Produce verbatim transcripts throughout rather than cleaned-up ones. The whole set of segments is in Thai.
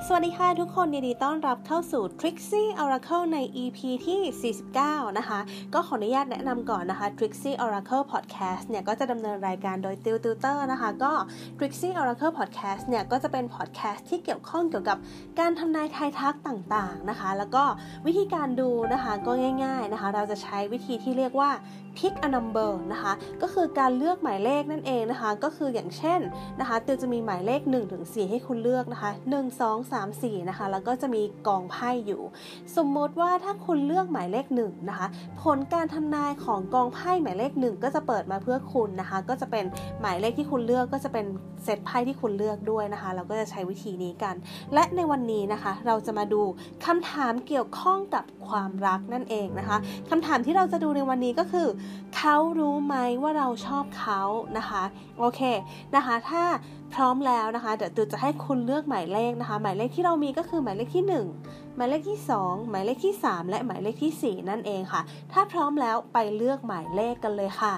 สวัสดีค่ะทุกคนยินดีต้อนรับเข้าสู่ Trixie Oracle ใน อี พี ที่ สี่สิบเก้า นะคะก็ขออนุญาตแนะนำก่อนนะคะ Trixie Oracle Podcast เนี่ยก็จะดำเนินรายการโดยติวติวเตอร์นะคะก็ Trixie Oracle Podcast เนี่ยก็จะเป็น podcast ที่เกี่ยวข้องเกี่ยวกับการทำนายทายทักต่างๆนะคะแล้วก็วิธีการดูนะคะก็ง่ายๆนะคะเราจะใช้วิธีที่เรียกว่า pick a number นะคะก็คือการเลือกหมายเลขนั่นเองนะคะก็คืออย่างเช่นนะคะติวจะมีหมายเลข หนึ่งถึงสี่ ให้คุณเลือกนะคะหนึ่ง สอง สาม สี่นะคะแล้วก็จะมีกองไพ่อยู่สมมติว่าถ้าคุณเลือกหมายเลขหนึ่งนะคะผลการทำนายของกองไพ่หมายเลขหนึ่งก็จะเปิดมาเพื่อคุณนะคะก็จะเป็นหมายเลขที่คุณเลือกก็จะเป็นเซตไพ่ที่คุณเลือกด้วยนะคะเราก็จะใช้วิธีนี้กันและในวันนี้นะคะเราจะมาดูคำถามเกี่ยวข้องกับความรักนั่นเองนะคะคำถามที่เราจะดูในวันนี้ก็คือเขารู้ไหมว่าเราชอบเขานะคะโอเคนะคะถ้าพร้อมแล้วนะคะเดี๋ยวตูจะให้คุณเลือกหมายเลขนะคะหมายเลขที่เรามีก็คือหมายเลขที่หนึ่งหมายเลขที่สองหมายเลขที่สามและหมายเลขที่สี่นั่นเองค่ะถ้าพร้อมแล้วไปเลือกหมายเลขกันเลยค่ะ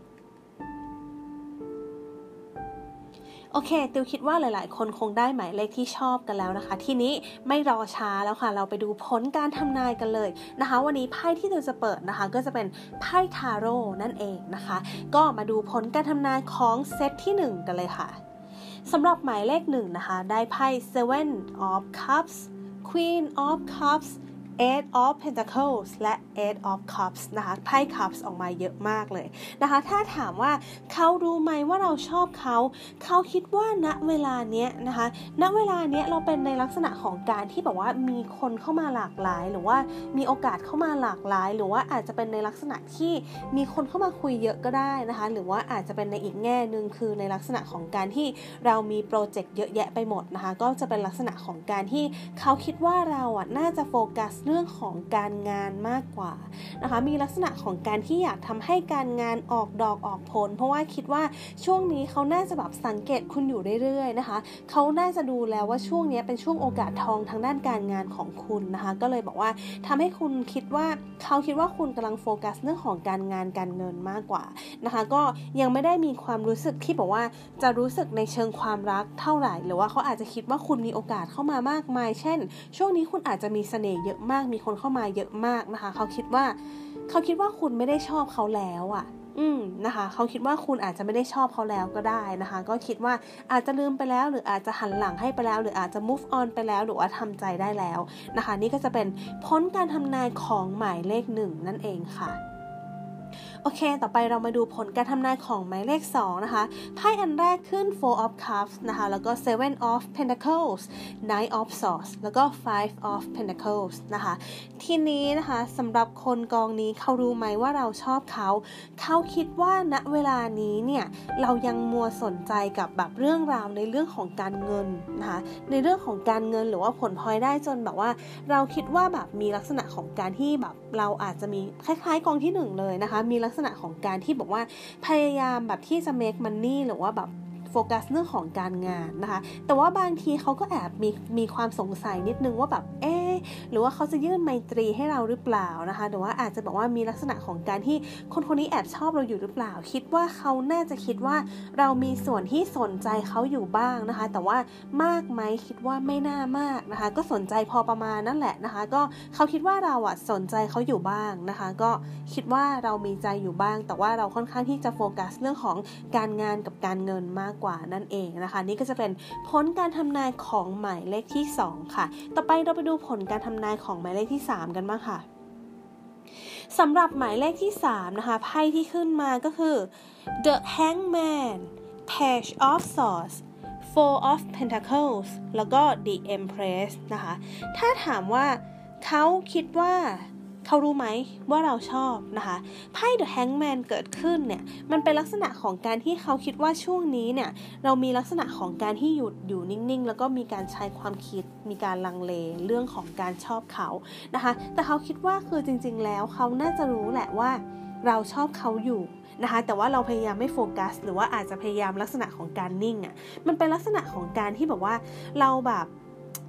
โอเคติวคิดว่าหลายๆคนคงได้หมายเลขที่ชอบกันแล้วนะคะทีนี้ไม่รอช้าแล้วค่ะเราไปดูผลการทำนายกันเลยนะคะวันนี้ไพ่ที่ติวจะเปิดนะคะก็จะเป็นไพ่ทาโร่นั่นเองนะคะก็มาดูผลการทำนายของเซตที่หนึ่งกันเลยค่ะสำหรับหมายเลขหนึ่งนะคะได้ไพ่ Seven of Cups Queen of Cups Eight of Pentacles และ Eight of Cups นะคะไพ่ Cups ออกมาเยอะมากเลยนะคะถ้าถามว่าเขารู้ไหมว่าเราชอบเขาเขาคิดว่าณเวลาเนี้ยนะคะณเวลาเนี้ยเราเป็นในลักษณะของการที่แบบว่ามีคนเข้ามาหลากหลายหรือว่ามีโอกาสเข้ามาหลากหลายหรือว่าอาจจะเป็นในลักษณะที่มีคนเข้ามาคุยเยอะก็ได้นะคะหรือว่าอาจจะเป็นในอีกแง่นึงคือในลักษณะของการที่เรามีโปรเจกต์เยอะแยะไปหมดนะคะก็จะเป็นลักษณะของการที่เขาคิดว่าเราอ่ะน่าจะโฟกัสเรื่องของการงานมากกว่านะคะมีลักษณะของการที่อยากทำให้การงานออกดอกออกผลเพราะว่าคิดว่าช่วงนี้เขาน่าจะแบบสังเกตคุณอยู่เรื่อยๆนะคะเขาน่าจะดูแล้วว่าช่วงนี้เป็นช่วงโอกาสทองทางด้านการงานของคุณนะคะก็เลยบอกว่าทำให้คุณคิดว่าเขาคิดว่าคุณกำลังโฟกัสเรื่องของการงานการเงินมากกว่านะคะก็ยังไม่ได้มีความรู้สึกที่บอกว่าจะรู้สึกในเชิงความรักเท่าไหร่หรือว่าเขาอาจจะคิดว่าคุณมีโอกาสเข้ามามากมายเช่นช่วงนี้คุณอาจจะมีเสน่ห์เยอะมากมีคนเข้ามาเยอะมากนะคะเขาคิดว่าเขาคิดว่าคุณไม่ได้ชอบเขาแล้วอ่ะอืมนะคะเขาคิดว่าคุณอาจจะไม่ได้ชอบเขาแล้วก็ได้นะคะก็คิดว่าอาจจะลืมไปแล้วหรืออาจจะหันหลังให้ไปแล้วหรืออาจจะ move on ไปแล้วหรือว่าทำใจได้แล้วนะคะนี่ก็จะเป็นผลการทำนายของหมายเลขหนึ่งนั่นเองค่ะโอเคต่อไปเรามาดูผลการทำนายของหมายเลขสองนะคะไพ่อันแรกขึ้น Four of Cups นะคะแล้วก็ Seven of Pentacles Nine of Swords แล้วก็ Five of Pentacles นะคะทีนี้นะคะสำหรับคนกองนี้เขารู้ไหมว่าเราชอบเขาเขาคิดว่าณเวลานี้เนี่ยเรายังมัวสนใจกับแบบเรื่องราวในเรื่องของการเงินนะคะในเรื่องของการเงินหรือว่าผลพลอยได้จนแบบว่าเราคิดว่าแบบมีลักษณะของการที่แบบเราอาจจะมีคล้ายๆกองที่หนึ่งเลยนะคะมีลักษณะของการที่บอกว่าพยายามแบบที่จะ make money หรือว่าแบบโฟกัสเรื่องของการงานนะคะแต่ว่าบางทีเขาก็แอบมีมีความสงสัยนิดนึงว่าแบบเอ๊ะหรือว่าเขาจะยื่นไมตรีให้เราหรือเปล่านะคะหรือว่าอาจจะบอกว่ามีลักษณะของการที่คนคนนี้แอบชอบเราอยู่หรือเปล่าคิดว่าเขาน่าจะคิดว่าเรามีส่วนที่สนใจเขาอยู่บ้างนะคะแต่ว่ามากไหมคิดว่าไม่น่ามากนะคะก็สนใจพอประมาณนั่นแหละนะคะก็เขาคิดว่าเราอ่ะสนใจเขาอยู่บ้างนะคะก็คิดว่าเรามีใจอยู่บ้างแต่ว่าเราค่อนข้างที่จะโฟกัสเรื่องของการงานกับการเงินมากกว่านั่นเองนะคะนี่ก็จะเป็นผลการทำนายของหมายเลขที่สองค่ะต่อไปเราไปดูผลการทำนายของหมายเลขที่สามกันบ้างค่ะสำหรับหมายเลขที่สามนะคะไพ่ที่ขึ้นมาก็คือ The Hangman Page of Swords Four of Pentacles แล้วก็ The Empress นะคะถ้าถามว่าเขาคิดว่าเขารู้ไหมว่าเราชอบนะคะไพ่ The Hangman เกิดขึ้นเนี่ยมันเป็นลักษณะของการที่เขาคิดว่าช่วงนี้เนี่ยเรามีลักษณะของการที่หยุดอยู่นิ่งๆแล้วก็มีการใช้ความคิดมีการลังเลเรื่องของการชอบเขานะคะแต่เขาคิดว่าคือจริงๆแล้วเขาน่าจะรู้แหละว่าเราชอบเขาอยู่นะคะแต่ว่าเราพยายามไม่โฟกัสหรือว่าอาจจะพยายามลักษณะของการนิ่งอ่ะมันเป็นลักษณะของการที่แบบว่าเราแบบ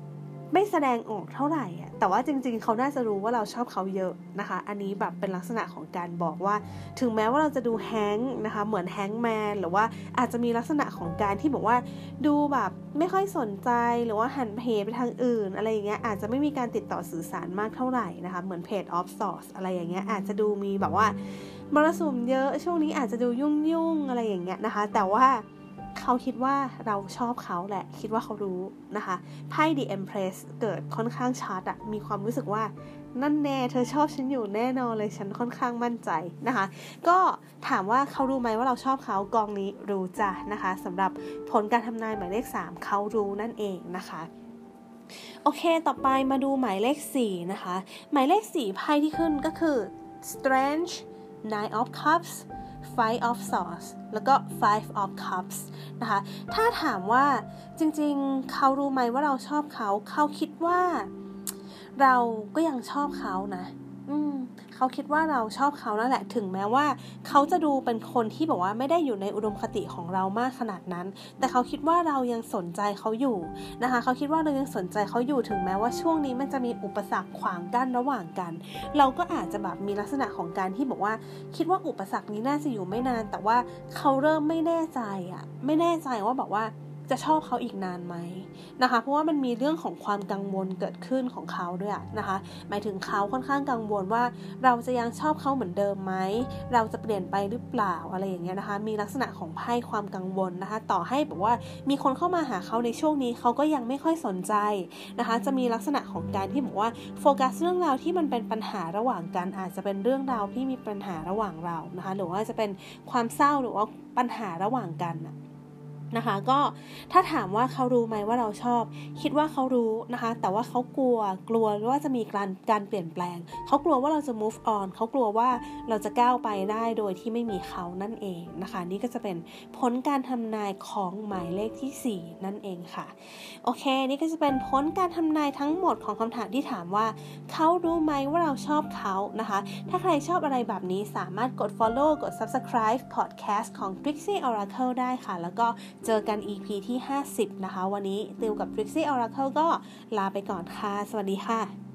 ไม่แสดงออกเท่าไหร่อ่ะแต่ว่าจริงๆเขาน่าจะรู้ว่าเราชอบเขาเยอะนะคะอันนี้แบบเป็นลักษณะของการบอกว่าถึงแม้ว่าเราจะดูแฮงค์นะคะเหมือนแฮงค์แมนหรือว่าอาจจะมีลักษณะของการที่บอกว่าดูแบบไม่ค่อยสนใจหรือว่าหันเหไปทางอื่นอะไรอย่างเงี้ยอาจจะไม่มีการติดต่อสื่อสารมากเท่าไหร่นะคะเหมือนเพจ of Swords อะไรอย่างเงี้ยอาจจะดูมีแบบว่ามรสุมเยอะช่วงนี้อาจจะดูยุ่งๆอะไรอย่างเงี้ยนะคะแต่ว่าเขาคิดว่าเราชอบเขาแหละคิดว่าเขารู้นะคะไพ่ The Empress เกิดค่อนข้างชัดอะมีความรู้สึกว่านั่นแน่เธอชอบฉันอยู่แน่นอนเลยฉันค่อนข้างมั่นใจนะคะก็ถามว่าเขารู้ไหมว่าเราชอบเขากองนี้รู้จ้ะนะคะสำหรับผลการทำนายหมายเลขสามเขารู้นั่นเองนะคะโอเคต่อไปมาดูหมายเลขสี่นะคะหมายเลขสี่ไพ่ที่ขึ้นก็คือ Strange Nine of Cups Five of Swords แล้วก็ Five of Cups นะคะถ้าถามว่าจริงๆเขารู้ไหมว่าเราชอบเขาเขาคิดว่าเราก็ยังชอบเขานะอืมเขาคิดว่าเราชอบเขานั่นแหละถึงแม้ว่าเขาจะดูเป็นคนที่บอกว่าไม่ได้อยู่ในอุดมคติของเรามากขนาดนั้นแต่เขาคิดว่าเรายังสนใจเขาอยู่นะคะเขาคิดว่าเรายังสนใจเขาอยู่ถึงแม้ว่าช่วงนี้มันจะมีอุปสรรคขวางกั้นระหว่างกันเราก็อาจจะแบบมีลักษณะของการที่บอกว่าคิดว่าอุปสรรคนี้น่าจะอยู่ไม่นานแต่ว่าเขาเริ่มไม่แน่ใจอ่ะไม่แน่ใจว่าบอกว่าจะชอบเขาอีกนานไหมนะคะเพราะว่ามันมีเรื่องของความกังวลเกิดขึ้นของเขาด้วยนะคะหมายถึงเขาค่อนข้างกังวลว่าเราจะยังชอบเขาเหมือนเดิมไหมเราจะเปลี่ยนไปหรือเปล่าอะไรอย่างเงี้ยนะคะมีลักษณะของไพ่ความกังวลนะคะต่อให้บอกว่ามีคนเข้ามาหาเขาในช่วงนี้เขาก็ยังไม่ค่อยสนใจนะคะจะมีลักษณะของการที่บอกว่าโฟกัสเรื่องราวที่มันเป็นปัญหาระหว่างกันอาจจะเป็นเรื่องราวที่มีปัญหาระหว่างเรานะคะหรือว่าจะเป็นความเศร้าหรือว่าปัญหาระหว่างกันนะคะก็ถ้าถามว่าเขารู้ไหมว่าเราชอบคิดว่าเขารู้นะคะแต่ว่าเขากลัวกลัวว่าจะมีการการเปลี่ยนแปลงเขากลัวว่าเราจะ move on เขากลัวว่าเราจะก้าวไปได้โดยที่ไม่มีเขานั่นเองนะคะนี่ก็จะเป็นผลการทำนายของหมายเลขที่สี่นั่นเองค่ะโอเคนี่ก็จะเป็นผลการทำนายทั้งหมดของคำถามที่ถามว่าเขารู้ไหมว่าเราชอบเขานะคะถ้าใครชอบอะไรแบบนี้สามารถกด follow กด subscribe podcast ของ Trixie Oracle ได้ค่ะแล้วก็เจอกัน อี พี ที่ห้าสิบนะคะวันนี้ติวกับ Trixie Oracle ก็ลาไปก่อนค่ะสวัสดีค่ะ